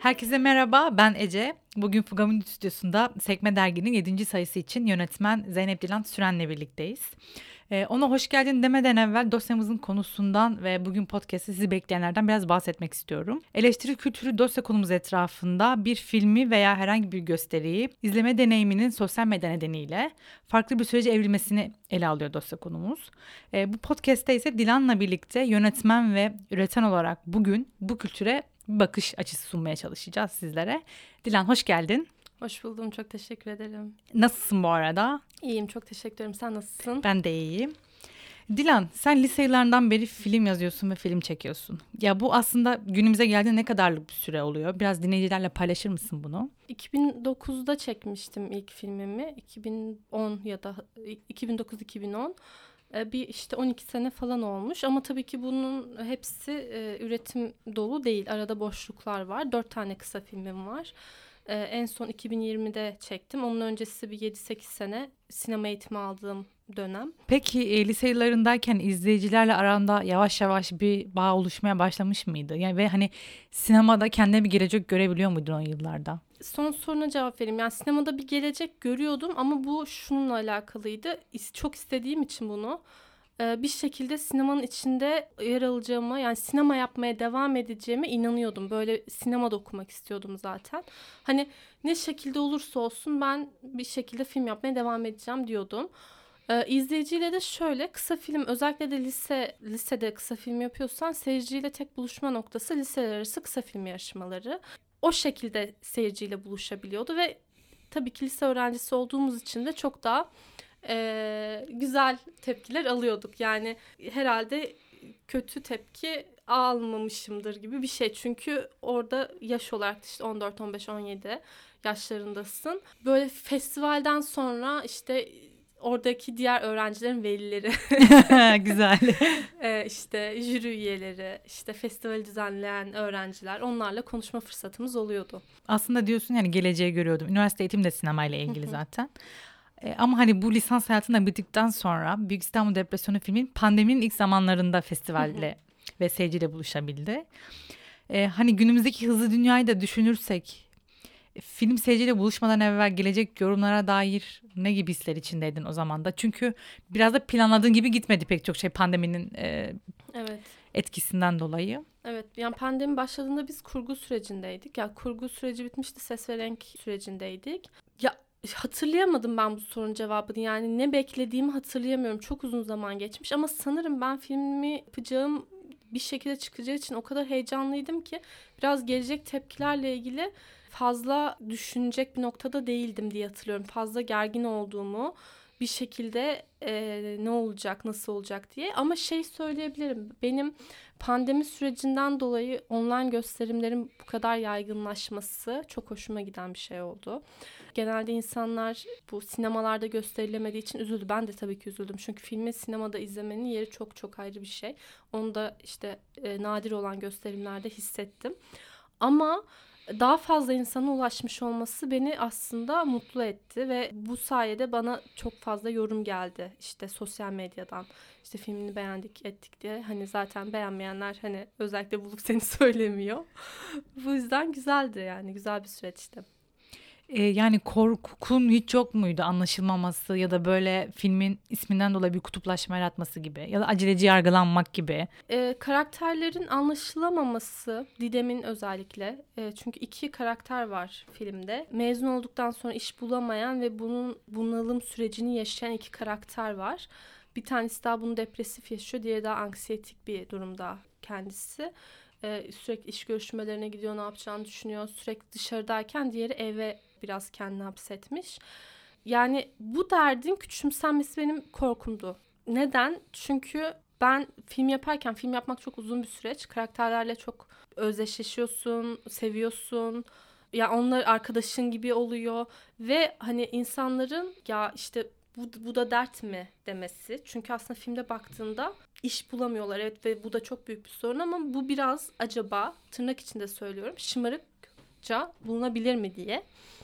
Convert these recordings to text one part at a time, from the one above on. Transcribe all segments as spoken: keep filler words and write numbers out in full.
Herkese merhaba, ben Ece. Bugün Fugamin Stüdyosu'nda Sekme Dergi'nin yedinci sayısı için yönetmen Zeynep Dilan Süren'le birlikteyiz. Ee, ona hoş geldin demeden evvel dosyamızın konusundan ve bugün podcast'te sizi bekleyenlerden biraz bahsetmek istiyorum. Eleştiri kültürü dosya konumuz etrafında bir filmi veya herhangi bir gösteriyi izleme deneyiminin sosyal medya nedeniyle farklı bir sürece evrilmesini ele alıyor dosya konumuz. Ee, bu podcast'te ise Dilan'la birlikte yönetmen ve üreten olarak bugün bu kültüre bir bakış açısı sunmaya çalışacağız sizlere. Dilan hoş geldin. Hoş buldum, çok teşekkür ederim. Nasılsın bu arada? İyiyim, çok teşekkür ederim. Sen nasılsın? Ben de iyiyim. Dilan, sen lise yıllarından beri film yazıyorsun ve film çekiyorsun. Ya bu aslında günümüze geldiğinde ne kadarlık bir süre oluyor? Biraz dinleyicilerle paylaşır mısın bunu? iki bin dokuzda çekmiştim ilk filmimi. iki bin on ya da iki bin dokuz iki bin on. Bir işte on iki sene falan olmuş ama tabii ki bunun hepsi e, üretim dolu değil. Arada boşluklar var. Dört tane kısa filmim var. E, en son iki bin yirmide çektim. Onun öncesi bir yedi sekiz sene sinema eğitimi aldığım dönem. Peki e, lise yıllarındayken izleyicilerle aranda yavaş yavaş bir bağ oluşmaya başlamış mıydı? Yani ve hani sinemada kendine bir gelecek görebiliyor muydun o yıllarda? Son soruna cevap vereyim. Yani sinemada bir gelecek görüyordum ama bu şununla alakalıydı. Çok istediğim için bunu bir şekilde sinemanın içinde yer alacağıma, yani sinema yapmaya devam edeceğime inanıyordum. Böyle sinemada okumak istiyordum zaten. Hani ne şekilde olursa olsun ben bir şekilde film yapmaya devam edeceğim diyordum. Ee, izleyiciyle de şöyle, kısa film, özellikle de lise lisede kısa film yapıyorsan seyirciyle tek buluşma noktası liseler arası kısa film yarışmaları. O şekilde seyirciyle buluşabiliyordu ve tabii ki lise öğrencisi olduğumuz için de çok daha e, güzel tepkiler alıyorduk. Yani herhalde kötü tepki almamışımdır gibi bir şey. Çünkü orada yaş olarak işte on dört on beş on yedi yaşlarındasın. Böyle festivalden sonra işte oradaki diğer öğrencilerin velileri, Güzel. ee, işte jüri üyeleri, işte festivali düzenleyen öğrenciler, onlarla konuşma fırsatımız oluyordu. Aslında diyorsun yani geleceği görüyordum. Üniversite eğitim de sinemayla ilgili zaten. E, ama hani bu lisans hayatında bittikten sonra Büyük İstanbul Depresyonu filmin pandeminin ilk zamanlarında festivalle ve seyirciyle buluşabildi. E, hani günümüzdeki hızlı dünyayı da düşünürsek film seyirciyle buluşmadan evvel gelecek yorumlara dair ne gibi hisler içindeydin o zaman da? Çünkü biraz da planladığın gibi gitmedi pek çok şey pandeminin e, evet. etkisinden dolayı. Evet, yani pandemi başladığında biz kurgu sürecindeydik. Ya yani kurgu süreci bitmişti, ses ve renk sürecindeydik. Ya hatırlayamadım ben bu sorunun cevabını. Yani ne beklediğimi hatırlayamıyorum. Çok uzun zaman geçmiş ama sanırım ben filmi yapacağım bir şekilde çıkacağı için o kadar heyecanlıydım ki biraz gelecek tepkilerle ilgili fazla düşünecek bir noktada değildim diye hatırlıyorum. Fazla gergin olduğumu, bir şekilde e, ne olacak, nasıl olacak diye. Ama şey söyleyebilirim, benim pandemi sürecinden dolayı online gösterimlerin bu kadar yaygınlaşması çok hoşuma giden bir şey oldu. Genelde insanlar bu sinemalarda gösterilemediği için üzüldü. Ben de tabii ki üzüldüm. Çünkü filmi sinemada izlemenin yeri çok çok ayrı bir şey. Onu da işte e, nadir olan gösterimlerde hissettim. Ama daha fazla insana ulaşmış olması beni aslında mutlu etti ve bu sayede bana çok fazla yorum geldi işte sosyal medyadan, işte filmini beğendik ettik diye. Hani zaten beğenmeyenler hani özellikle bulup seni söylemiyor. Bu yüzden güzeldi, yani güzel bir süreçti. Ee, yani korkun hiç yok muydu, anlaşılmaması ya da böyle filmin isminden dolayı bir kutuplaşma yaratması gibi ya da aceleci yargılanmak gibi? Ee, karakterlerin anlaşılamaması, Didem'in özellikle, e, çünkü iki karakter var filmde. Mezun olduktan sonra iş bulamayan ve bunun bunalım sürecini yaşayan iki karakter var. Bir tanesi daha bunu depresif yaşıyor, diğeri daha anksiyetik bir durumda kendisi. Ee, sürekli iş görüşmelerine gidiyor, ne yapacağını düşünüyor. Sürekli dışarıdayken diğeri eve biraz kendini hapsetmiş. Yani bu derdin küçümsenmesi benim korkumdu. Neden? Çünkü ben film yaparken, film yapmak çok uzun bir süreç. Karakterlerle çok özdeşleşiyorsun, seviyorsun. Ya onlar arkadaşın gibi oluyor ve hani insanların ya işte bu, bu da dert mi demesi. Çünkü aslında filmde baktığında iş bulamıyorlar, evet, ve bu da çok büyük bir sorun ama bu biraz acaba, tırnak içinde söylüyorum, şımarıkça bulunabilir mi diye.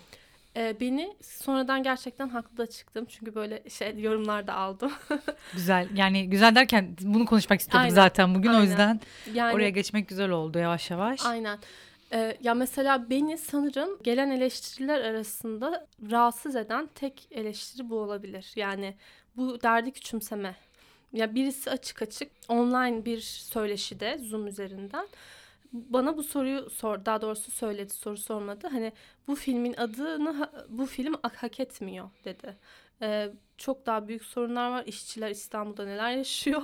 Ee, beni sonradan gerçekten haklı da çıktım. Çünkü böyle şey yorumlar da aldım. Güzel, yani güzel derken bunu konuşmak istiyorduk Aynen, zaten bugün aynen. O yüzden yani, oraya geçmek güzel oldu yavaş yavaş. Aynen. Ee, ya mesela beni sanırım gelen eleştiriler arasında rahatsız eden tek eleştiri bu olabilir. Yani bu derdi küçümseme. Ya birisi açık açık online bir söyleşide Zoom üzerinden bana bu soruyu sor, daha doğrusu söyledi, soru sormadı. Hani bu filmin adını bu film hak etmiyor dedi. Ee, çok daha büyük sorunlar var. İşçiler İstanbul'da neler yaşıyor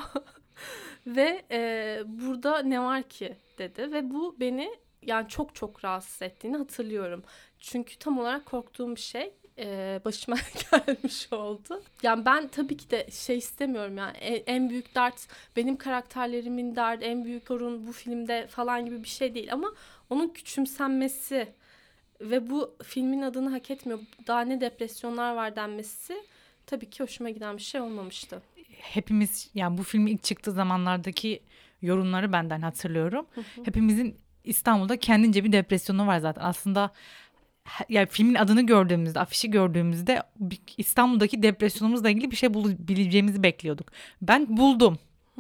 ve e, burada ne var ki dedi ve bu beni yani çok çok rahatsız ettiğini hatırlıyorum. Çünkü tam olarak korktuğum bir şey e, başıma gelmiş oldu. Yani ben tabii ki de şey istemiyorum yani en, en büyük dert benim karakterlerimin derdi, en büyük sorun bu filmde falan gibi bir şey değil ama onun küçümsenmesi ve bu filmin adını hak etmiyor, daha ne depresyonlar var denmesi tabii ki hoşuma giden bir şey olmamıştı. Hepimiz yani bu filmin ilk çıktığı zamanlardaki yorumları benden hatırlıyorum. Hepimizin İstanbul'da kendince bir depresyonu var zaten. Aslında yani filmin adını gördüğümüzde, afişi gördüğümüzde İstanbul'daki depresyonumuzla ilgili bir şey bulabileceğimizi bekliyorduk. Ben buldum.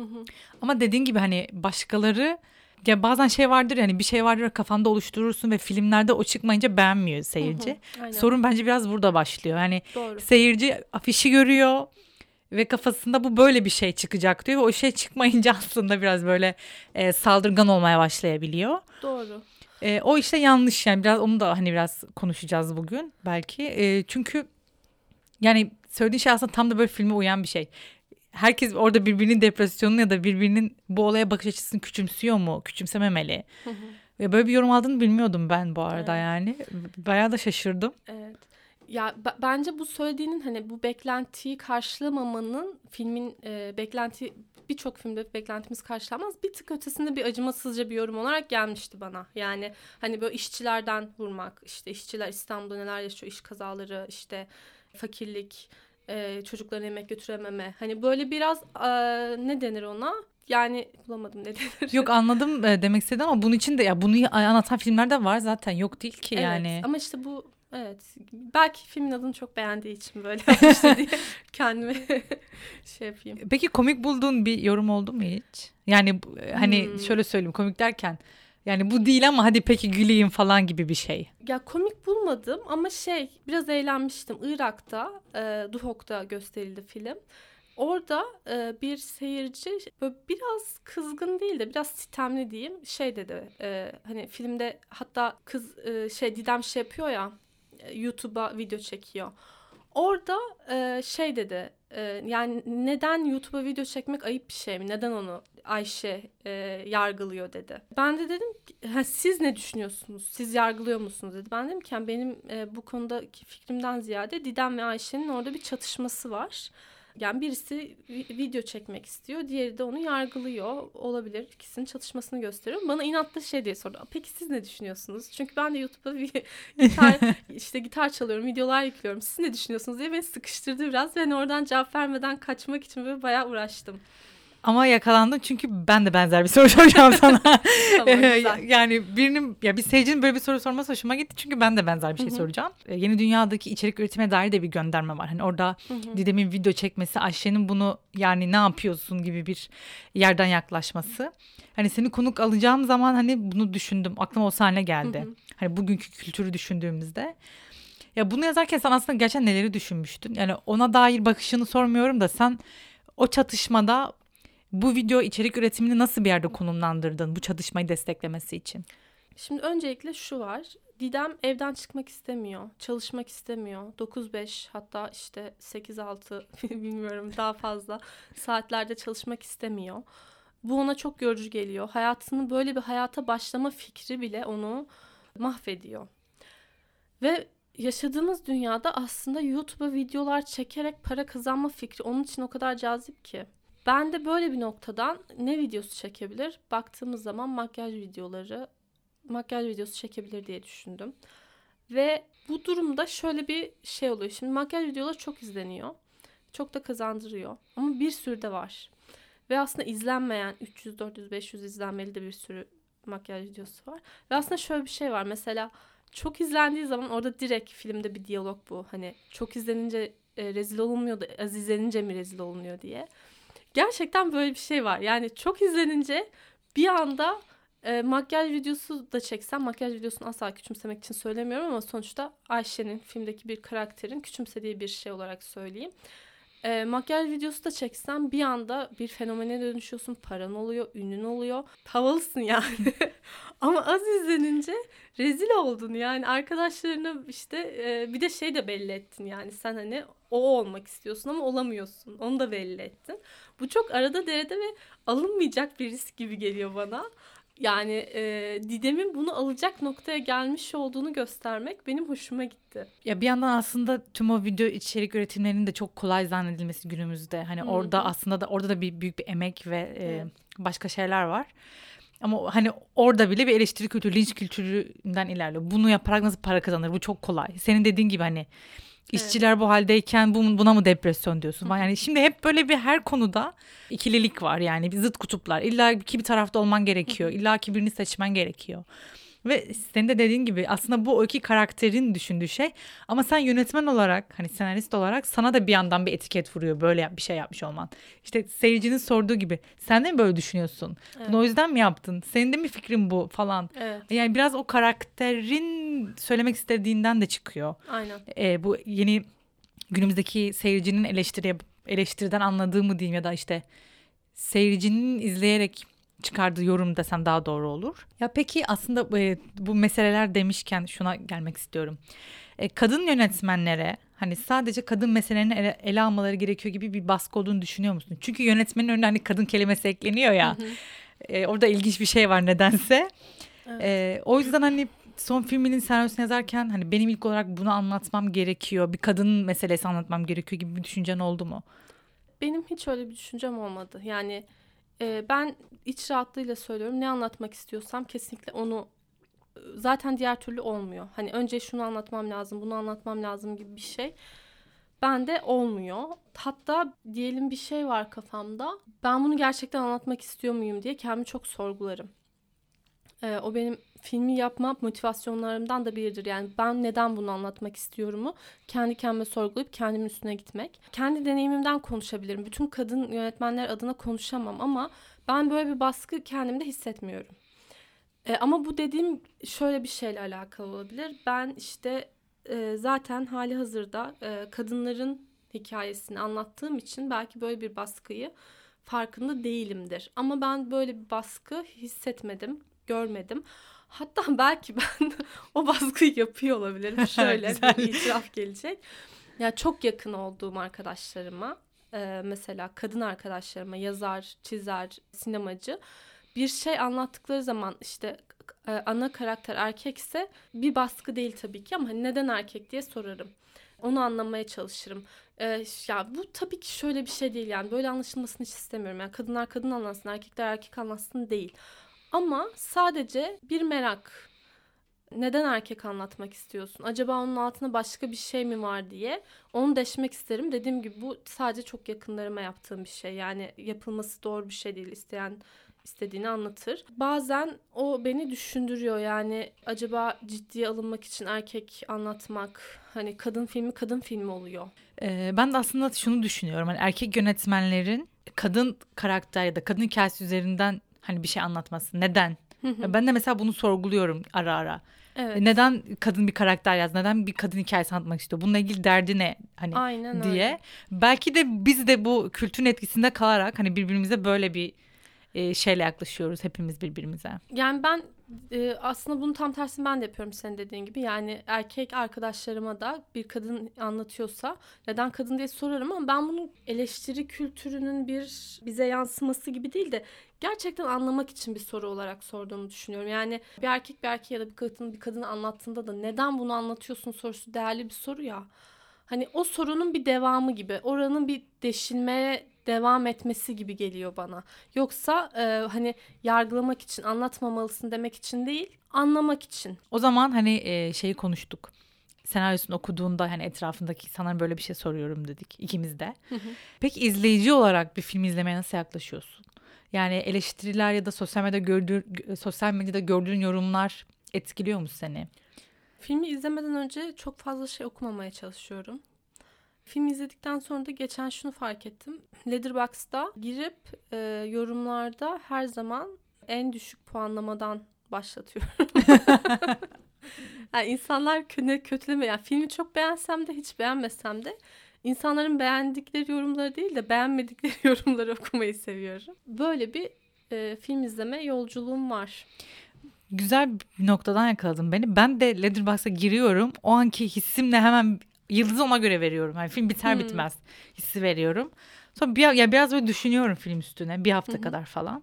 Ama dediğin gibi hani başkaları, ya bazen şey vardır yani bir şey vardır kafanda oluşturursun ve filmlerde o çıkmayınca beğenmiyor seyirci. Sorun bence biraz burada başlıyor. Yani Doğru. Seyirci afişi görüyor ve kafasında bu böyle bir şey çıkacak diyor ve o şey çıkmayınca aslında biraz böyle e, saldırgan olmaya başlayabiliyor. Doğru. E, o işte yanlış yani, biraz onu da hani biraz konuşacağız bugün belki. E, çünkü yani söylediğin şey aslında tam da böyle filme uyan bir şey. Herkes orada birbirinin depresyonunu ya da birbirinin bu olaya bakış açısını küçümsüyor mu? Küçümsememeli. Hı hı. Ve böyle bir yorum aldığını bilmiyordum ben bu arada Evet. yani. Bayağı da şaşırdım. Evet. Ya b- bence bu söylediğinin hani bu beklentiyi karşılamamanın filmin e, beklenti birçok filmde beklentimiz karşılanmaz. Bir tık ötesinde bir acımasızca bir yorum olarak gelmişti bana. Yani hani böyle işçilerden vurmak, işte işçiler İstanbul'da neler yaşıyor, iş kazaları, işte fakirlik, e, çocuklarına yemek götürememe. Hani böyle biraz e, ne denir ona? Yani bulamadım ne denir. Yok anladım e, demek istedim ama bunun için de ya bunu anlatan filmler de var zaten, yok değil ki Evet, yani. ama işte bu evet belki filmin adını çok beğendiği için böyle yapmıştı diye kendime şey yapayım. Peki komik bulduğun bir yorum oldu mu hiç? Yani bu- hani Hmm. şöyle söyleyeyim, komik derken yani bu değil ama hadi peki güleyim falan gibi bir şey. Ya komik bulmadım ama şey biraz eğlenmiştim. Irak'ta, e, Duhok'ta gösterildi film. Orada e, bir seyirci böyle biraz kızgın değil de biraz sitemli diyeyim şey dedi. E, hani filmde hatta kız e, şey Didem şey yapıyor ya, e, YouTube'a video çekiyor. Orada e, şey dedi, e, yani neden YouTube'a video çekmek ayıp bir şey mi? Neden onu Ayşe e, yargılıyor dedi. Ben de dedim ki, ha, siz ne düşünüyorsunuz? Siz yargılıyor musunuz dedi. Ben dedim ki yani benim e, bu konudaki fikrimden ziyade Didem ve Ayşe'nin orada bir çatışması var. Yani birisi video çekmek istiyor, diğeri de onu yargılıyor. Olabilir, ikisinin çatışmasını gösteriyor. Bana inatla şey diye sordu. Peki siz ne düşünüyorsunuz? Çünkü ben de YouTube'da bir gitar, işte gitar çalıyorum, videolar yüklüyorum. Siz ne düşünüyorsunuz diye beni sıkıştırdı biraz. Ben oradan cevap vermeden kaçmak için böyle bayağı uğraştım. Ama yakalandın çünkü ben de benzer bir soru soracağım sana. Tamam, güzel. Yani birinin, ya bir seyircinin böyle bir soru sorması hoşuma gitti çünkü ben de benzer bir şey Hı hı. soracağım. E, Yeni Dünya'daki içerik üretimine dair de bir gönderme var. Hani orada Hı hı. Didem'in video çekmesi, Ayşe'nin bunu yani ne yapıyorsun gibi bir yerden yaklaşması. Hani seni konuk alacağım zaman hani bunu düşündüm. Aklıma o sahne geldi. Hı hı. Hani bugünkü kültürü düşündüğümüzde. Ya bunu yazarken sen aslında gerçekten neleri düşünmüştün? Yani ona dair bakışını sormuyorum da sen o çatışmada bu video içerik üretimini nasıl bir yerde konumlandırdın bu çatışmayı desteklemesi için? Şimdi öncelikle şu var. Didem evden çıkmak istemiyor. Çalışmak istemiyor. dokuz beş hatta işte sekiz altı bilmiyorum daha fazla saatlerde çalışmak istemiyor. Bu ona çok yorucu geliyor. Hayatını böyle bir hayata başlama fikri bile onu mahvediyor. Ve yaşadığımız dünyada aslında YouTube'a videolar çekerek para kazanma fikri onun için o kadar cazip ki. Ben de böyle bir noktadan ne videosu çekebilir? Baktığımız zaman makyaj videoları, makyaj videosu çekebilir diye düşündüm. Ve bu durumda şöyle bir şey oluyor. Şimdi makyaj videoları çok izleniyor. Çok da kazandırıyor. Ama bir sürü de var. Ve aslında izlenmeyen üç yüz, dört yüz, beş yüz izlenmeli de bir sürü makyaj videosu var. Ve aslında şöyle bir şey var. Mesela çok izlendiği zaman orada direkt filmde bir diyalog bu. Hani çok izlenince e, rezil olunmuyor da az izlenince mi rezil olunuyor diye. Gerçekten böyle bir şey var. Yani çok izlenince bir anda E, makyaj videosu da çeksem, makyaj videosunu asla küçümsemek için söylemiyorum ama sonuçta Ayşe'nin, filmdeki bir karakterin küçümsediği bir şey olarak söyleyeyim. E, makyaj videosu da çeksem bir anda bir fenomene dönüşüyorsun. Paran oluyor, ünün oluyor. Havalısın yani. Ama az izlenince rezil oldun yani. Arkadaşlarına işte e, bir de şey de belli ettin yani. Sen hani o olmak istiyorsun ama olamıyorsun. Onu da belli ettin. Bu çok arada derede ve alınmayacak bir risk gibi geliyor bana. Yani e, Didem'in bunu alacak noktaya gelmiş olduğunu göstermek benim hoşuma gitti. Ya bir yandan aslında tüm o video içerik üretimlerinin de çok kolay zannedilmesi günümüzde. Hani Hı-hı. orada aslında da orada da bir büyük bir emek ve e, Evet. başka şeyler var. Ama hani orada bile bir eleştiri kültürü, linç kültüründen ilerliyor. Bunu yaparak nasıl para kazanır? Bu çok kolay. Senin dediğin gibi hani işçiler evet. bu haldeyken bu, buna mı depresyon diyorsun? Hı-hı. Yani şimdi hep böyle bir her konuda ikililik var yani. Bir zıt kutuplar. İlla ki bir tarafta olman gerekiyor. İlla ki birini seçmen gerekiyor. Ve senin de dediğin gibi aslında bu o iki karakterin düşündüğü şey. Ama sen yönetmen olarak, hani senarist olarak sana da bir yandan bir etiket vuruyor böyle bir şey yapmış olman. İşte seyircinin sorduğu gibi sen de mi böyle düşünüyorsun? Evet. Bunu o yüzden mi yaptın? Senin de mi fikrin bu falan? Evet. Yani biraz o karakterin söylemek istediğinden de çıkıyor. Aynen. Ee, bu yeni günümüzdeki seyircinin eleştiri, eleştiriden anladığı mı diyeyim ya da işte seyircinin izleyerek çıkardığı yorum desem daha doğru olur. Ya peki aslında e, bu meseleler demişken şuna gelmek istiyorum. E, kadın yönetmenlere hani sadece kadın meselelerini ele, ele almaları gerekiyor gibi bir baskı olduğunu düşünüyor musun? Çünkü yönetmenin önüne hani kadın kelimesi ekleniyor ya. Hı hı. E, orada ilginç bir şey var nedense. Evet. E, o yüzden hani son filminin senaryosunu yazarken hani benim ilk olarak bunu anlatmam gerekiyor. Bir kadın meselesi anlatmam gerekiyor gibi bir düşüncen oldu mu? Benim hiç öyle bir düşüncem olmadı. Yani e, ben iç rahatlığıyla söylüyorum. Ne anlatmak istiyorsam kesinlikle onu zaten diğer türlü olmuyor. Hani önce şunu anlatmam lazım, bunu anlatmam lazım gibi bir şey bende olmuyor. Hatta diyelim bir şey var kafamda. Ben bunu gerçekten anlatmak istiyor muyum diye kendimi çok sorgularım. Ee, o benim filmi yapma motivasyonlarımdan da biridir. Yani ben neden bunu anlatmak istiyorumu kendi kendime sorgulayıp kendimin üstüne gitmek. Kendi deneyimimden konuşabilirim. Bütün kadın yönetmenler adına konuşamam ama ben böyle bir baskı kendimde hissetmiyorum. Ee, ama bu dediğim şöyle bir şeyle alakalı olabilir. Ben işte e, zaten hali hazırda e, kadınların hikayesini anlattığım için belki böyle bir baskıyı farkında değilimdir. Ama ben böyle bir baskı hissetmedim, görmedim. Hatta belki ben o baskıyı yapıyor olabilirim. Şöyle bir itiraf gelecek. Ya çok yakın olduğum arkadaşlarıma, e, mesela kadın arkadaşlarıma, yazar, çizer, sinemacı bir şey anlattıkları zaman işte e, ana karakter erkekse bir baskı değil tabii ki ama hani neden erkek diye sorarım. Onu anlamaya çalışırım. Ee, ya bu tabii ki şöyle bir şey değil yani böyle anlaşılmasını hiç istemiyorum. Yani kadınlar kadın anlatsın, erkekler erkek anlatsın değil. Ama sadece bir merak. Neden erkek anlatmak istiyorsun? Acaba onun altında başka bir şey mi var diye onu deşmek isterim. Dediğim gibi bu sadece çok yakınlarıma yaptığım bir şey. Yani yapılması doğru bir şey değil. İsteyen istediğini anlatır. Bazen o beni düşündürüyor. Yani acaba ciddiye alınmak için erkek anlatmak, hani kadın filmi kadın filmi oluyor. Ee, ben de aslında şunu düşünüyorum. Hani erkek yönetmenlerin kadın karakter ya da kadın hikayesi üzerinden hani bir şey anlatması. Neden? Ben de mesela bunu sorguluyorum ara ara. Evet. Neden kadın bir karakter yaz? Neden bir kadın hikayesi anlatmak istiyor? Bununla ilgili derdi ne? Hani aynen diye. Öyle. Belki de biz de bu kültürün etkisinde kalarak hani birbirimize böyle bir e, şeyle yaklaşıyoruz hepimiz birbirimize. Yani ben e, aslında bunu tam tersini ben de yapıyorum senin dediğin gibi. Yani erkek arkadaşlarıma da bir kadın anlatıyorsa neden kadın diye sorarım ama ben bunun eleştiri kültürünün bir bize yansıması gibi değil de gerçekten anlamak için bir soru olarak sorduğumu düşünüyorum. Yani bir erkek bir erkeğe ya da bir kadın bir kadını anlattığında da neden bunu anlatıyorsun sorusu değerli bir soru ya. Hani o sorunun bir devamı gibi, oranın bir deşilmeye devam etmesi gibi geliyor bana. Yoksa e, hani yargılamak için, anlatmamalısın demek için değil, anlamak için. O zaman hani e, şeyi konuştuk. Senaryosunu okuduğunda hani etrafındaki insanlara böyle bir şey soruyorum dedik ikimiz de. Hı hı. Peki izleyici olarak bir film izlemeye nasıl yaklaşıyorsun? Yani eleştiriler ya da sosyal medyada gördüğün sosyal medyada gördüğün yorumlar etkiliyor mu seni? Filmi izlemeden önce çok fazla şey okumamaya çalışıyorum. Film izledikten sonra da geçen şunu fark ettim. Letterboxd'da girip e, yorumlarda her zaman en düşük puanlamadan başlatıyorum. Yani insanlar kötü, kötüleme. Yani filmi çok beğensem de hiç beğenmesem de insanların beğendikleri yorumları değil de beğenmedikleri yorumları okumayı seviyorum. Böyle bir e, film izleme yolculuğum var. Güzel bir noktadan yakaladın beni. Ben de Letterboxd'a giriyorum. O anki hissimle hemen yıldızı ona göre veriyorum. Yani film biter Hmm. bitmez hissi veriyorum. Sonra bir, ya biraz böyle düşünüyorum film üstüne bir hafta Hı hı. kadar falan.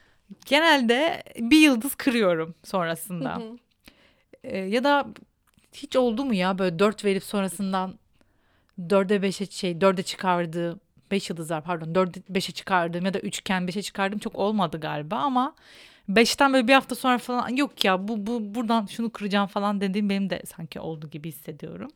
Genelde bir yıldız kırıyorum sonrasında. Hı hı. Ee, ya da hiç oldu mu ya böyle dört verip sonrasından dörde beşe şey dörde çıkardığı beş yıldızlar pardon dörde beşe çıkardığım ya da üçken beşe çıkardığım çok olmadı galiba ama beşten böyle bir hafta sonra falan yok ya bu bu buradan şunu kıracağım falan dediğim benim de sanki oldu gibi hissediyorum.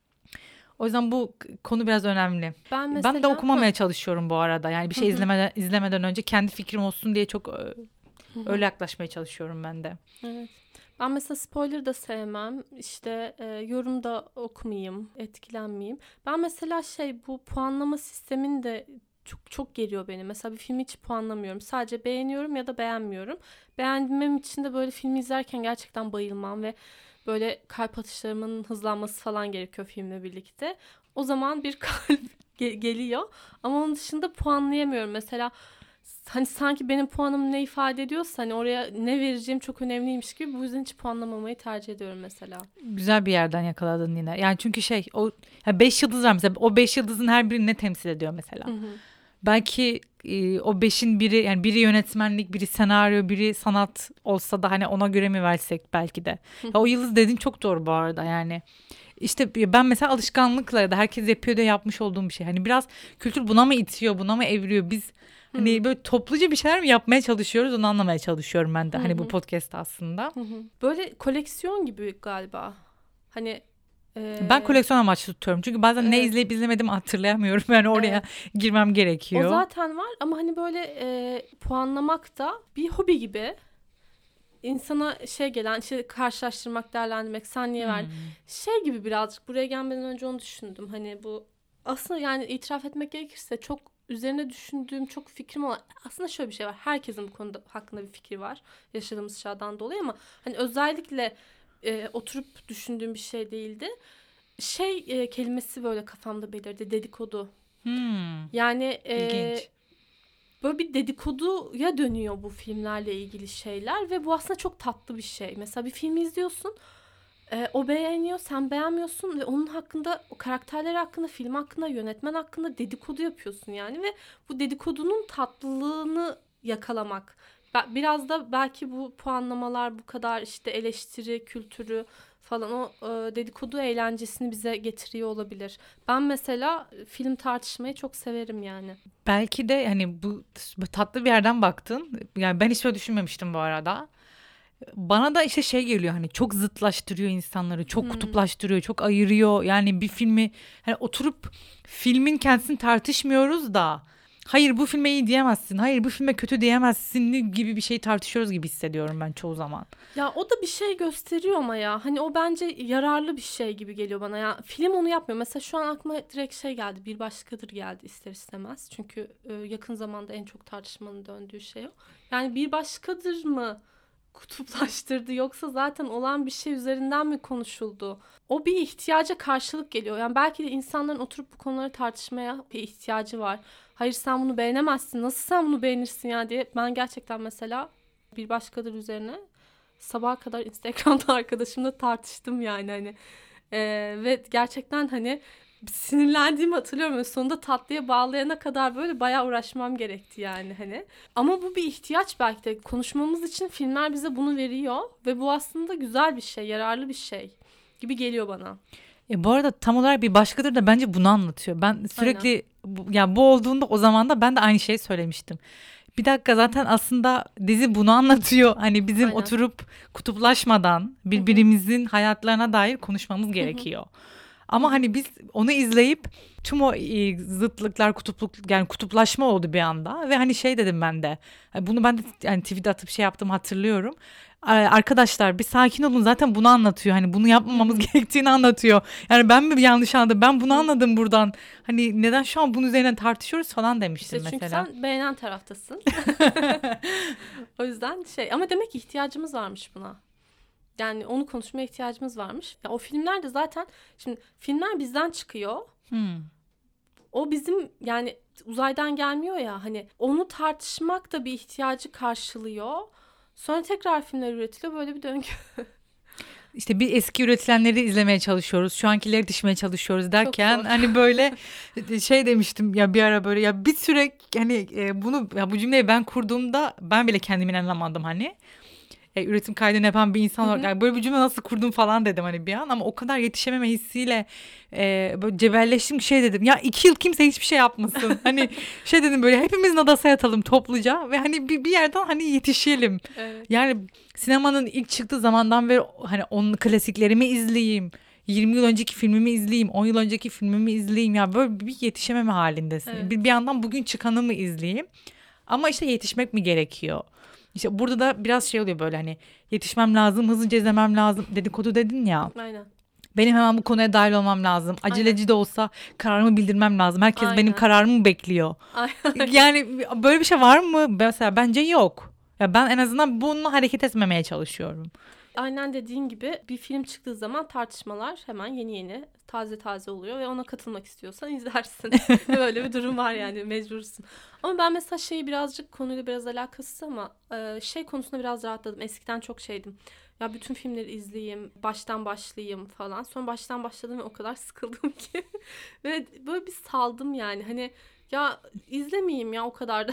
O yüzden bu konu biraz önemli. Ben mesela Ben de okumamaya Hı. çalışıyorum bu arada. Yani bir Hı şey hı. izlemeden izlemeden önce kendi fikrim olsun diye çok ö, Hı hı. öyle yaklaşmaya çalışıyorum ben de. Evet. Ben mesela spoiler da sevmem. İşte e, yorum da okumayayım, etkilenmeyeyim. Ben mesela şey bu puanlama sistemini de çok çok geriyor beni. Mesela bir filmi hiç puanlamıyorum. Sadece beğeniyorum ya da beğenmiyorum. Beğenmem için de böyle filmi izlerken gerçekten bayılmam ve böyle kalp atışlarımın hızlanması falan gerekiyor filmle birlikte. O zaman bir kalp ge- geliyor. Ama onun dışında puanlayamıyorum. Mesela hani sanki benim puanım ne ifade ediyorsa hani oraya ne vereceğim çok önemliymiş gibi, bu yüzden hiç puanlamamayı tercih ediyorum mesela. Güzel bir yerden yakaladın yine. Yani çünkü şey o beş yıldız var mesela o beş yıldızın her biri ne temsil ediyor mesela. Hı hı. Belki e, o beşin biri yani biri yönetmenlik, biri senaryo, biri sanat olsa da hani ona göre mi versek belki de. Hı Ya hı. o yıldız dediğin çok doğru bu arada yani. İşte ben mesela alışkanlıkla ya da herkes yapıyor diye yapmış olduğum bir şey. Hani biraz kültür buna mı itiyor, buna mı evriyor? Biz hani Hı böyle topluca bir şeyler mi yapmaya çalışıyoruz? Onu anlamaya çalışıyorum ben de. hı. Hani bu Hı. podcast aslında. Hı hı. Böyle koleksiyon gibi galiba. Hani Ben eee, koleksiyon amaçlı tutuyorum. Çünkü bazen ne evet, izleyip izlemediğimi hatırlayamıyorum. Yani oraya evet. girmem O gerekiyor. zaten var ama hani böyle eee, puanlamak da bir hobi gibi. İnsana şey gelen, işte karşılaştırmak, değerlendirmek, sen niye verdin? Hmm. Şey gibi birazcık buraya gelmeden önce onu düşündüm. Hani bu aslında yani itiraf etmek gerekirse çok üzerine düşündüğüm çok fikrim olan, aslında şöyle bir şey var. Herkesin bu konuda hakkında bir fikri var. Yaşadığımız çağdan dolayı ama hani özellikle e, oturup düşündüğüm bir şey değildi. Şey e, kelimesi böyle kafamda belirdi. Dedikodu. Hmm. Yani e, İlginç. böyle bir dedikoduya dönüyor bu filmlerle ilgili şeyler ve bu aslında çok tatlı bir şey. Mesela bir filmi izliyorsun, e, o beğeniyor, sen beğenmiyorsun ve onun hakkında, o karakterler hakkında, film hakkında, yönetmen hakkında dedikodu yapıyorsun yani ve bu dedikodunun tatlılığını yakalamak. Biraz da belki bu puanlamalar, bu kadar işte eleştiri kültürü falan o e, dedikodu eğlencesini bize getiriyor olabilir. Ben mesela film tartışmayı çok severim yani. Belki de hani bu tatlı bir yerden baktın. Yani ben hiç öyle düşünmemiştim bu arada. Bana da işte şey geliyor hani çok zıtlaştırıyor insanları, çok Hmm. kutuplaştırıyor, çok ayırıyor. Yani bir filmi hani oturup filmin kendisini tartışmıyoruz da hayır bu filme iyi diyemezsin, hayır bu filme kötü diyemezsin gibi bir şey tartışıyoruz gibi hissediyorum ben çoğu zaman. Ya o da bir şey gösteriyor ama ya. Hani o bence yararlı bir şey gibi geliyor bana. Ya film onu yapmıyor. Mesela şu an aklıma direkt şey geldi. Bir başkadır geldi ister istemez. Çünkü e, yakın zamanda en çok tartışmanın döndüğü şey o. Yani bir başkadır mı kutuplaştırdı yoksa zaten olan bir şey üzerinden mi konuşuldu? O bir ihtiyaca karşılık geliyor. Yani belki de insanların oturup bu konuları tartışmaya bir ihtiyacı var. Hayır sen bunu beğenemezsin. Nasıl sen bunu beğenirsin ya diye. Ben gerçekten mesela bir başkadır üzerine sabaha kadar Instagram'da arkadaşımla tartıştım yani hani. Ee, ve gerçekten hani sinirlendiğimi hatırlıyorum ve sonunda tatlıya bağlayana kadar böyle bayağı uğraşmam gerekti yani hani. Ama bu bir ihtiyaç, belki de konuşmamız için filmler bize bunu veriyor ve bu aslında güzel bir şey, yararlı bir şey gibi geliyor bana. E bu arada tam olarak bir başkadır da bence bunu anlatıyor. Ben Aynen. sürekli bu, ya bu olduğunda o zaman da ben de aynı şeyi söylemiştim. Bir dakika zaten aslında dizi bunu anlatıyor. Hani bizim Aynen. oturup kutuplaşmadan Hı hı. birbirimizin hayatlarına dair konuşmamız Hı hı. gerekiyor. Hı Ama hı. hani biz onu izleyip tüm o e, zıtlıklar, kutupluk yani kutuplaşma oldu bir anda ve hani şey dedim ben de. hani Bunu ben de yani tweet atıp şey yaptım hatırlıyorum. Ay, Arkadaşlar bir sakin olun zaten bunu anlatıyor. Hani bunu Hı yapmamamız hı. gerektiğini anlatıyor. Yani ben mi yanlış anladım? Ben bunu Hı. anladım buradan. Hani neden şu an bunun üzerine tartışıyoruz falan İşte demiştim çünkü mesela. sen beğenen taraftasın. O yüzden şey, ama demek ki ihtiyacımız varmış buna. Yani onu konuşmaya ihtiyacımız varmış. Ya o filmler de zaten, şimdi filmler bizden çıkıyor. Hmm. O bizim, yani uzaydan gelmiyor ya, hani onu tartışmak da bir ihtiyacı karşılıyor. Sonra tekrar filmler üretiliyor, böyle bir döngü. İşte bir eski üretilenleri izlemeye çalışıyoruz. Şu ankileri düşmeye çalışıyoruz derken zor. hani böyle şey demiştim ya bir ara, böyle ya bir süre hani e, bunu ya bu cümleyi ben kurduğumda ben bile kendimi inanamadım hani. E, üretim kaydını yapan bir insan olarak yani böyle bir cümle nasıl kurdum falan dedim hani bir an, ama o kadar yetişememe hissiyle e, böyle cebelleştim, şey dedim ya iki yıl kimse hiçbir şey yapmasın. Hani şey dedim, böyle hepimiz nadasa yatalım topluca ve hani bir, bir yerden hani yetişelim. Evet. Yani sinemanın ilk çıktığı zamandan beri hani onun klasiklerimi izleyeyim. yirmi yıl önceki filmimi izleyeyim, on yıl önceki filmimi izleyeyim, ya böyle bir yetişememe halindesin. Evet. Bir, bir yandan bugün çıkanı mı izleyeyim? Ama işte yetişmek mi gerekiyor? İşte burada da biraz şey oluyor, böyle hani yetişmem lazım, hızlıca izlemem lazım, dedikodu dedin ya. Aynen. Benim hemen bu konuya dahil olmam lazım. Aceleci Aynen. de olsa kararımı bildirmem lazım. Herkes Aynen. benim kararımı bekliyor. Aynen. Yani böyle bir şey var mı? Mesela bence yok. Ya ben en azından bununla hareket etmemeye çalışıyorum. Aynen dediğin gibi bir film çıktığı zaman tartışmalar hemen yeni yeni taze taze oluyor ve ona katılmak istiyorsan izlersin. Böyle bir durum var, yani mecbursun. Ama ben mesela şeyi birazcık, konuyla biraz alakasız ama şey konusunda biraz rahatladım. Eskiden çok şeydim. Ya bütün filmleri izleyeyim, baştan başlayayım falan. Sonra baştan başladım ve o kadar sıkıldım ki. Ve böyle bir saldım yani. Hani ya izlemeyeyim ya o kadar da.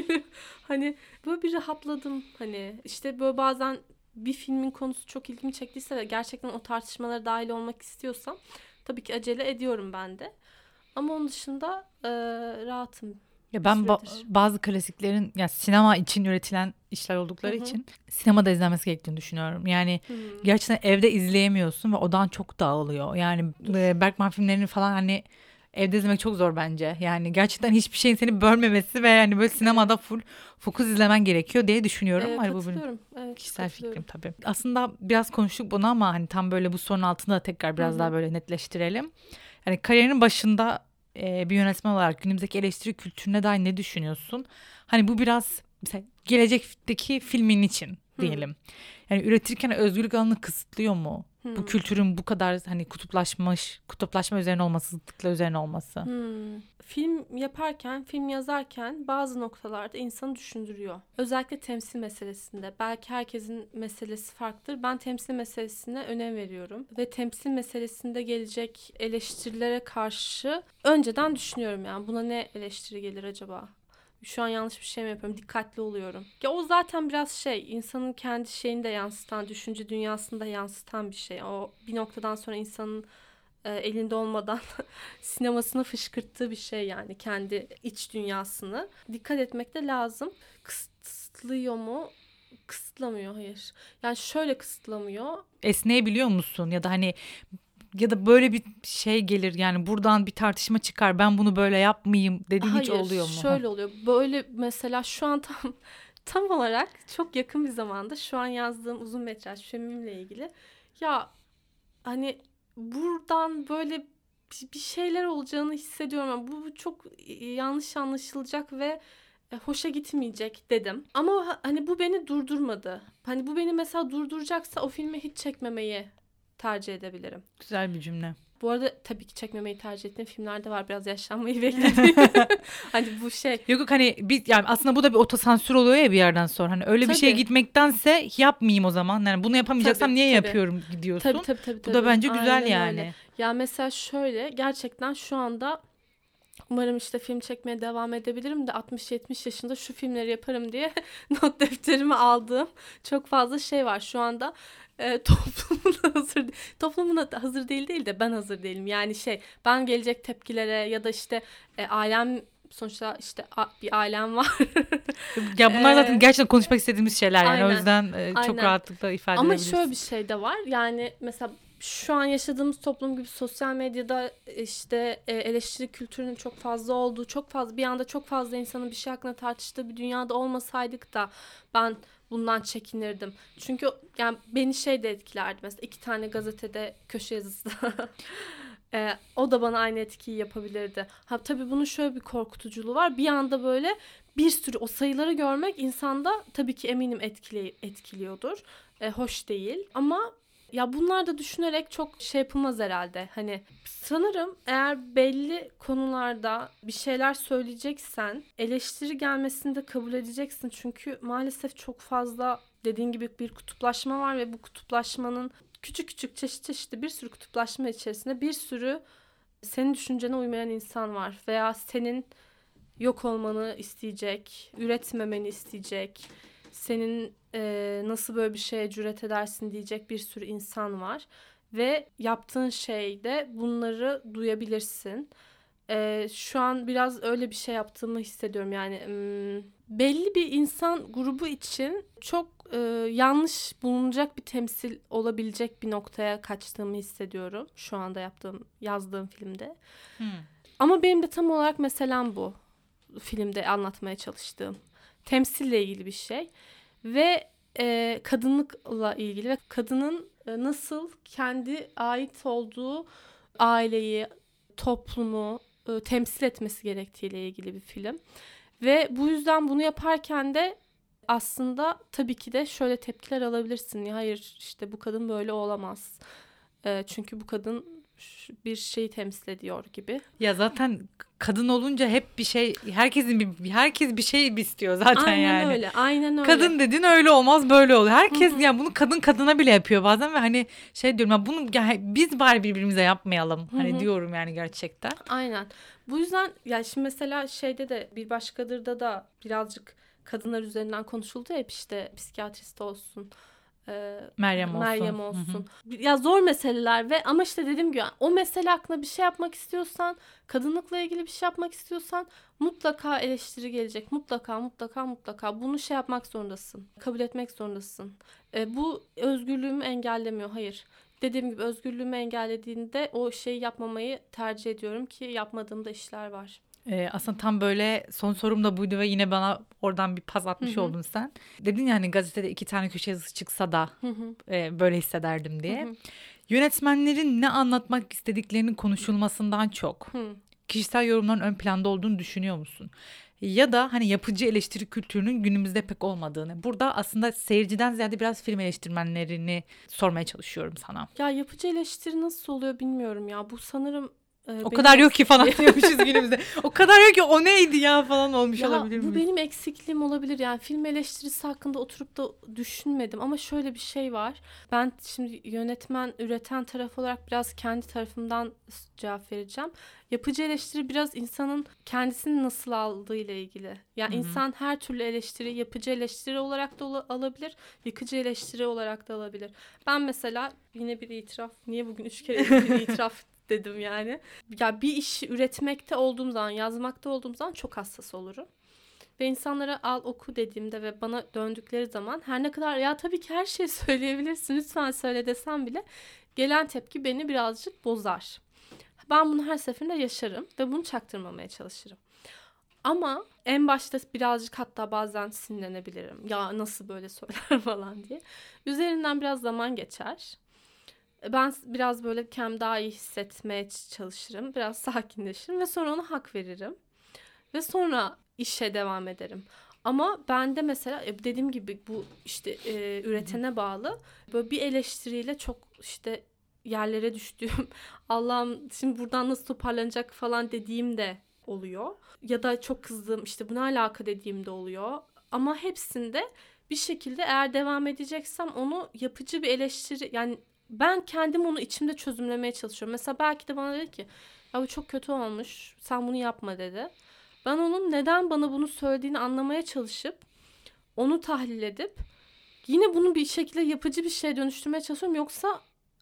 Hani böyle bir rahatladım. Hani işte böyle bazen bir filmin konusu çok ilgimi çektiyse ve gerçekten o tartışmalara dahil olmak istiyorsam tabii ki acele ediyorum ben de. Ama onun dışında e, rahatım. Ya ben ba- bazı klasiklerin ya sinema için üretilen işler oldukları Hı hı. için sinemada izlenmesi gerektiğini düşünüyorum. Yani Hı. gerçekten evde izleyemiyorsun ve odan çok dağılıyor. Yani e, Bergman filmlerini falan hani evde izlemek çok zor bence. Yani gerçekten hiçbir şeyin seni bölmemesi ve yani böyle sinemada full fokus izlemen gerekiyor diye düşünüyorum. E, Hani bu benim katılıyorum. Evet, kişisel katılıyorum. fikrim tabii. Aslında biraz konuştuk bunu ama hani tam böyle bu sorunun altında da tekrar biraz Hı hı. daha böyle netleştirelim. Yani kariyerinin başında e, bir yönetmen olarak günümüzdeki eleştiri kültürüne dair ne düşünüyorsun? Hani bu biraz mesela gelecekteki filmin için diyelim. Yani üretirken özgürlük alanını kısıtlıyor mu? Hmm. Bu kültürün bu kadar hani kutuplaşmış, kutuplaşma üzerine olması, zıtlıkla üzerine olması. Hmm. Film yaparken, film yazarken bazı noktalarda insanı düşündürüyor. Özellikle temsil meselesinde. Belki herkesin meselesi farklıdır. Ben temsil meselesine önem veriyorum. Ve temsil meselesinde gelecek eleştirilere karşı önceden düşünüyorum yani. Buna ne eleştiri gelir acaba? Şu an yanlış bir şey mi yapıyorum? Dikkatli oluyorum. Ya o zaten biraz şey, insanın kendi şeyini de yansıtan, düşünce dünyasını da yansıtan bir şey. O bir noktadan sonra insanın e, elinde olmadan sinemasını fışkırttığı bir şey, yani kendi iç dünyasını. Dikkat etmek de lazım. Kısıtlıyor mu? Kısıtlamıyor, hayır. Yani şöyle kısıtlamıyor. Esneyebiliyor musun? Ya da hani ya da böyle bir şey gelir yani buradan bir tartışma çıkar, ben bunu böyle yapmayayım dediğin hiç Hayır, oluyor mu? şöyle oluyor. Böyle mesela şu an tam tam olarak çok yakın bir zamanda şu an yazdığım uzun metraj filmimle ilgili ya hani buradan böyle bir şeyler olacağını hissediyorum. Yani bu, bu çok yanlış anlaşılacak ve hoşa gitmeyecek dedim. Ama hani bu beni durdurmadı. Hani bu beni mesela durduracaksa o filmi hiç çekmemeyi tercih edebilirim. Güzel bir cümle. Bu arada tabii ki çekmemeyi tercih ettiğim filmler de var. Biraz yaşlanmayı beklediğim. Hani bu şey. Yok yok hani bir, yani aslında bu da bir otosansür oluyor ya bir yerden sonra. Hani öyle Tabii. bir şeye gitmektense yapmayayım o zaman. Yani bunu yapamayacaksam Tabii, niye tabii. yapıyorum diyorsun. Tabii tabii tabii. Bu tabii. da bence güzel Aynen yani. Öyle. Ya mesela şöyle, gerçekten şu anda umarım işte film çekmeye devam edebilirim de altmış yetmiş yaşında şu filmleri yaparım diye not defterime aldığım çok fazla şey var. Şu anda e, toplumun da hazır toplumun da hazır değil değil de ben hazır değilim. Yani şey, ben gelecek tepkilere ya da işte e, ailem, sonuçta işte a, bir ailem var. Ya bunlar zaten Ee, gerçekten konuşmak istediğimiz şeyler yani. aynen, O yüzden e, çok aynen. rahatlıkla ifade Ama edebiliriz. şöyle bir şey de var. Yani mesela şu an yaşadığımız toplum gibi sosyal medyada işte eleştiri kültürünün çok fazla olduğu, çok fazla bir anda çok fazla insanın bir şey hakkında tartıştığı bir dünyada olmasaydık da ben bundan çekinirdim. Çünkü yani beni şey de etkilerdi. Mesela iki tane gazetede köşe yazısı. e, o da bana aynı etkiyi yapabilirdi. Ha tabii bunun şöyle bir korkutuculuğu var. Bir anda böyle bir sürü o sayıları görmek insanda tabii ki eminim etkili, etkiliyordur. E, hoş değil ama ya bunlar da düşünerek çok şey yapılmaz herhalde. Hani sanırım eğer belli konularda bir şeyler söyleyeceksen eleştiri gelmesini de kabul edeceksin. Çünkü maalesef çok fazla dediğin gibi bir kutuplaşma var ve bu kutuplaşmanın küçük küçük çeşit çeşitli bir sürü kutuplaşma içerisinde bir sürü senin düşüncene uymayan insan var. Veya senin yok olmanı isteyecek, üretmemeni isteyecek, senin e, nasıl böyle bir şeye cüret edersin diyecek bir sürü insan var. Ve yaptığın şeyde bunları duyabilirsin. E, şu an biraz öyle bir şey yaptığımı hissediyorum. Yani m, belli bir insan grubu için çok e, yanlış bulunacak bir temsil olabilecek bir noktaya kaçtığımı hissediyorum. Şu anda yaptığım, yazdığım filmde. Hmm. Ama benim de tam olarak meselem bu. Filmde anlatmaya çalıştığım. Temsille ilgili bir şey. Ve e, kadınlıkla ilgili ve kadının e, nasıl kendi ait olduğu aileyi, toplumu e, temsil etmesi gerektiğiyle ilgili bir film. Ve bu yüzden bunu yaparken de aslında tabii ki de şöyle tepkiler alabilirsin. Hayır işte bu kadın böyle olamaz. E, çünkü bu kadın bir şeyi temsil ediyor gibi. Ya zaten kadın olunca hep bir şey, herkesin bir herkes bir şey istiyor zaten aynen yani. Aynen öyle, aynen öyle. Kadın dedin öyle olmaz, böyle olur. Herkes yani bunu kadın kadına bile yapıyor bazen ve hani şey diyorum ya, bunu ya biz bari birbirimize yapmayalım. Hani diyorum yani gerçekten. Aynen. Bu yüzden ya şimdi mesela şeyde de Bir Başkadır'da da birazcık kadınlar üzerinden konuşuldu ya, hep işte psikiyatrist olsun. E, Meryem olsun. Meryem olsun. Hı hı. Ya zor meseleler ve ama işte dediğim gibi o mesele hakkında bir şey yapmak istiyorsan, kadınlıkla ilgili bir şey yapmak istiyorsan mutlaka eleştiri gelecek. Mutlaka mutlaka mutlaka bunu şey yapmak zorundasın. Kabul etmek zorundasın. E, bu özgürlüğümü engellemiyor. Hayır. Dediğim gibi özgürlüğümü engellediğinde o şeyi yapmamayı tercih ediyorum ki yapmadığımda işler var. Ee, aslında tam böyle son sorum da buydu ve yine bana oradan bir pas atmış Hı hı. oldun sen. Dedin ya hani gazetede iki tane köşe yazısı çıksa da Hı hı. e, böyle hissederdim diye. Hı hı. Yönetmenlerin ne anlatmak istediklerinin konuşulmasından çok Hı. kişisel yorumların ön planda olduğunu düşünüyor musun? Ya da hani yapıcı eleştiri kültürünün günümüzde pek olmadığını. Burada aslında seyirciden ziyade biraz film eleştirmenlerini sormaya çalışıyorum sana. Ya yapıcı eleştiri nasıl oluyor bilmiyorum ya. Bu sanırım e, O benim kadar yok ki falan eksikliğim. diyormuşuz günümüzde. O kadar yok ki, o neydi ya falan olmuş Ya olabilir bu mi? benim eksikliğim olabilir. Yani film eleştirisi hakkında oturup da düşünmedim. Ama şöyle bir şey var. Ben şimdi yönetmen, üreten taraf olarak biraz kendi tarafımdan cevap vereceğim. Yapıcı eleştiri biraz insanın kendisini nasıl aldığı ile ilgili. Yani Hı hı. insan her türlü eleştiri yapıcı eleştiri olarak da ala- alabilir, yıkıcı eleştiri olarak da alabilir. Ben mesela yine bir itiraf. Niye bugün üç kere bir itiraf dedim yani. Ya bir işi üretmekte olduğum zaman, yazmakta olduğum zaman çok hassas olurum. Ve insanlara al oku dediğimde ve bana döndükleri zaman her ne kadar ya tabii ki her şeyi söyleyebilirsin lütfen söyle desem bile gelen tepki beni birazcık bozar. Ben bunu her seferinde yaşarım ve bunu çaktırmamaya çalışırım. Ama en başta birazcık hatta bazen sinirlenebilirim. Ya nasıl böyle söyler falan diye. Üzerinden biraz zaman geçer. Ben biraz böyle kendimi daha iyi hissetmeye çalışırım. Biraz sakinleşirim ve sonra ona hak veririm. Ve sonra işe devam ederim. Ama ben de mesela dediğim gibi bu işte e, üretene bağlı. Böyle bir eleştiriyle çok işte yerlere düştüğüm, Allah'ım şimdi buradan nasıl toparlanacak falan dediğim de oluyor. Ya da çok kızdığım, işte bu ne alaka dediğim de oluyor. Ama hepsinde bir şekilde eğer devam edeceksem onu yapıcı bir eleştiri, yani ben kendim onu içimde çözümlemeye çalışıyorum. Mesela belki de bana dedi ki ya bu çok kötü olmuş, sen bunu yapma dedi. Ben onun neden bana bunu söylediğini anlamaya çalışıp onu tahlil edip yine bunu bir şekilde yapıcı bir şeye dönüştürmeye çalışıyorum. Yoksa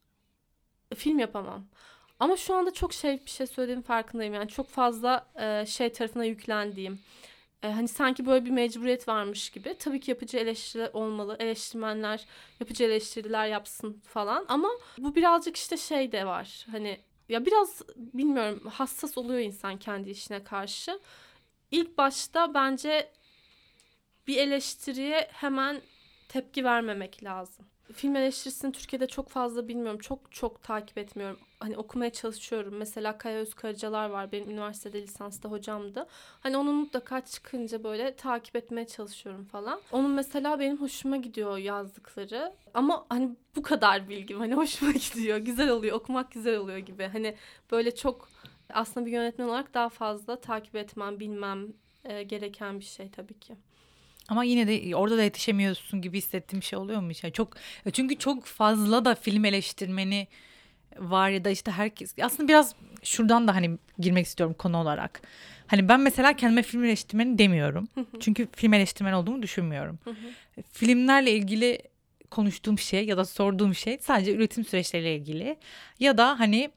film yapamam. Ama şu anda çok şey bir şey söylediğim farkındayım. Yani çok fazla e, şey tarafına yüklendiğim. E, hani sanki böyle bir mecburiyet varmış gibi. Tabii ki yapıcı eleştiriler olmalı. Eleştirmenler yapıcı eleştiriler yapsın falan. Ama bu birazcık işte şey de var. Hani ya biraz bilmiyorum, hassas oluyor insan kendi işine karşı. İlk başta bence bir eleştiriye hemen tepki vermemek lazım. film eleştirisini Türkiye'de çok fazla bilmiyorum. Çok çok takip etmiyorum. Hani okumaya çalışıyorum. Mesela Kaya Özkaracalar var. Benim üniversitede lisansta hocamdı. Hani onun mutlaka çıkınca böyle takip etmeye çalışıyorum falan. Onun mesela benim hoşuma gidiyor yazdıkları. Ama hani bu kadar bilgim. Hani hoşuma gidiyor. Güzel oluyor. Okumak güzel oluyor gibi. Hani böyle çok aslında bir yönetmen olarak daha fazla takip etmem, bilmem e, gereken bir şey tabii ki. Ama yine de orada da yetişemiyorsun gibi hissettiğim bir şey oluyor mu? Yani çok, çünkü çok fazla da film eleştirmeni var ya da işte herkes. Aslında biraz şuradan da hani girmek istiyorum konu olarak. Hani ben mesela kendime film eleştirmeni demiyorum. Çünkü film eleştirmeni olduğumu düşünmüyorum. Filmlerle ilgili konuştuğum şey ya da sorduğum şey sadece üretim süreçleriyle ilgili. Ya da hani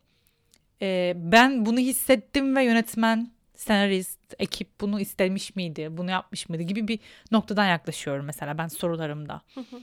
e, ben bunu hissettim ve yönetmen, senarist, ekip bunu istemiş miydi, bunu yapmış mıydı gibi bir noktadan yaklaşıyorum mesela ben sorularımda.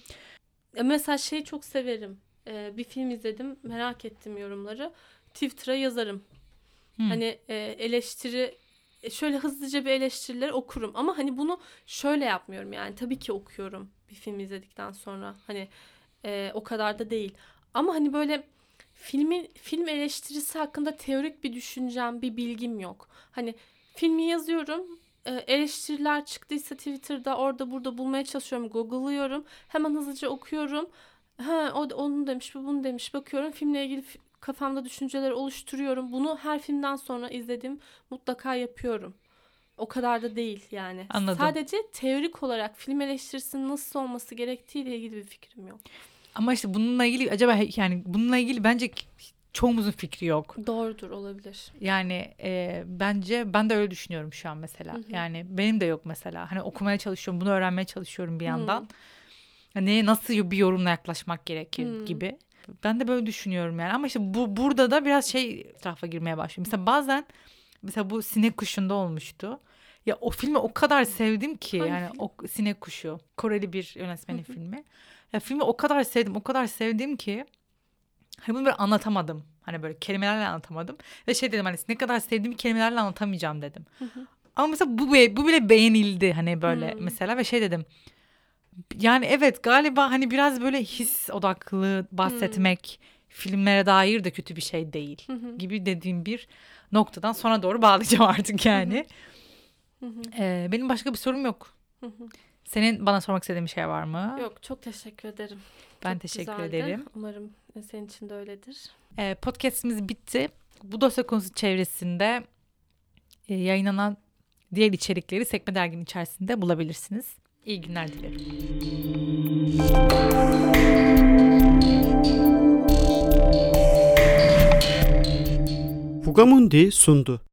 Mesela şeyi çok severim. Ee, bir film izledim, merak ettim yorumları. Twitter'a yazarım. Hmm. Hani e, eleştiri, şöyle hızlıca bir eleştirileri okurum. Ama hani bunu şöyle yapmıyorum yani. Tabii ki okuyorum bir film izledikten sonra. Hani e, o kadar da değil. Ama hani böyle filmin film eleştirisi hakkında teorik bir düşüncem, bir bilgim yok. Hani filmi yazıyorum. Eleştiriler çıktıysa Twitter'da orada burada bulmaya çalışıyorum. Google'lıyorum. Hemen hızlıca okuyorum. Ha, o onu demiş, bu bunu demiş. Bakıyorum filmle ilgili kafamda düşünceleri oluşturuyorum. Bunu her filmden sonra izledim. Mutlaka yapıyorum. O kadar da değil yani. Anladım. Sadece teorik olarak film eleştirisinin nasıl olması gerektiğiyle ilgili bir fikrim yok. Ama işte bununla ilgili acaba yani bununla ilgili bence çoğumuzun fikri yok. Doğrudur, olabilir. Yani e, bence ben de öyle düşünüyorum şu an mesela. Hı hı. Yani benim de yok mesela. Hani okumaya çalışıyorum, bunu öğrenmeye çalışıyorum bir yandan. Hani nasıl bir yorumla yaklaşmak gerekir hı. gibi. Ben de böyle düşünüyorum yani. Ama işte bu burada da biraz şey tarafa girmeye başlıyor. Mesela bazen mesela bu Sinek Kuşu'nda olmuştu. Ya o filmi o kadar sevdim ki Hangi yani film? O Sinek Kuşu, Koreli bir yönetmenin hı hı. filmi. Ya filmi o kadar sevdim, o kadar sevdim ki hani bunu böyle anlatamadım. Hani böyle kelimelerle anlatamadım. Ve şey dedim hani ne kadar sevdiğimi kelimelerle anlatamayacağım dedim. Hı hı. Ama mesela bu, bu bile beğenildi hani böyle hı. mesela ve şey dedim. Yani evet galiba hani biraz böyle his odaklı bahsetmek hı. filmlere dair de kötü bir şey değil. Hı hı. Gibi dediğim bir noktadan sonra doğru bağlayacağım artık yani. Hı hı. Ee, benim başka bir sorum yok. Hı hı. Senin bana sormak istediğin bir şey var mı? Yok, çok teşekkür ederim. Ben çok teşekkür güzeldi. ederim. Umarım senin için de öyledir. Ee, podcast'imiz bitti. Bu dosya konusu çevresinde e, yayınlanan diğer içerikleri Sekme Dergi'nin içerisinde bulabilirsiniz. İyi günler dilerim. Fugamundi sundu.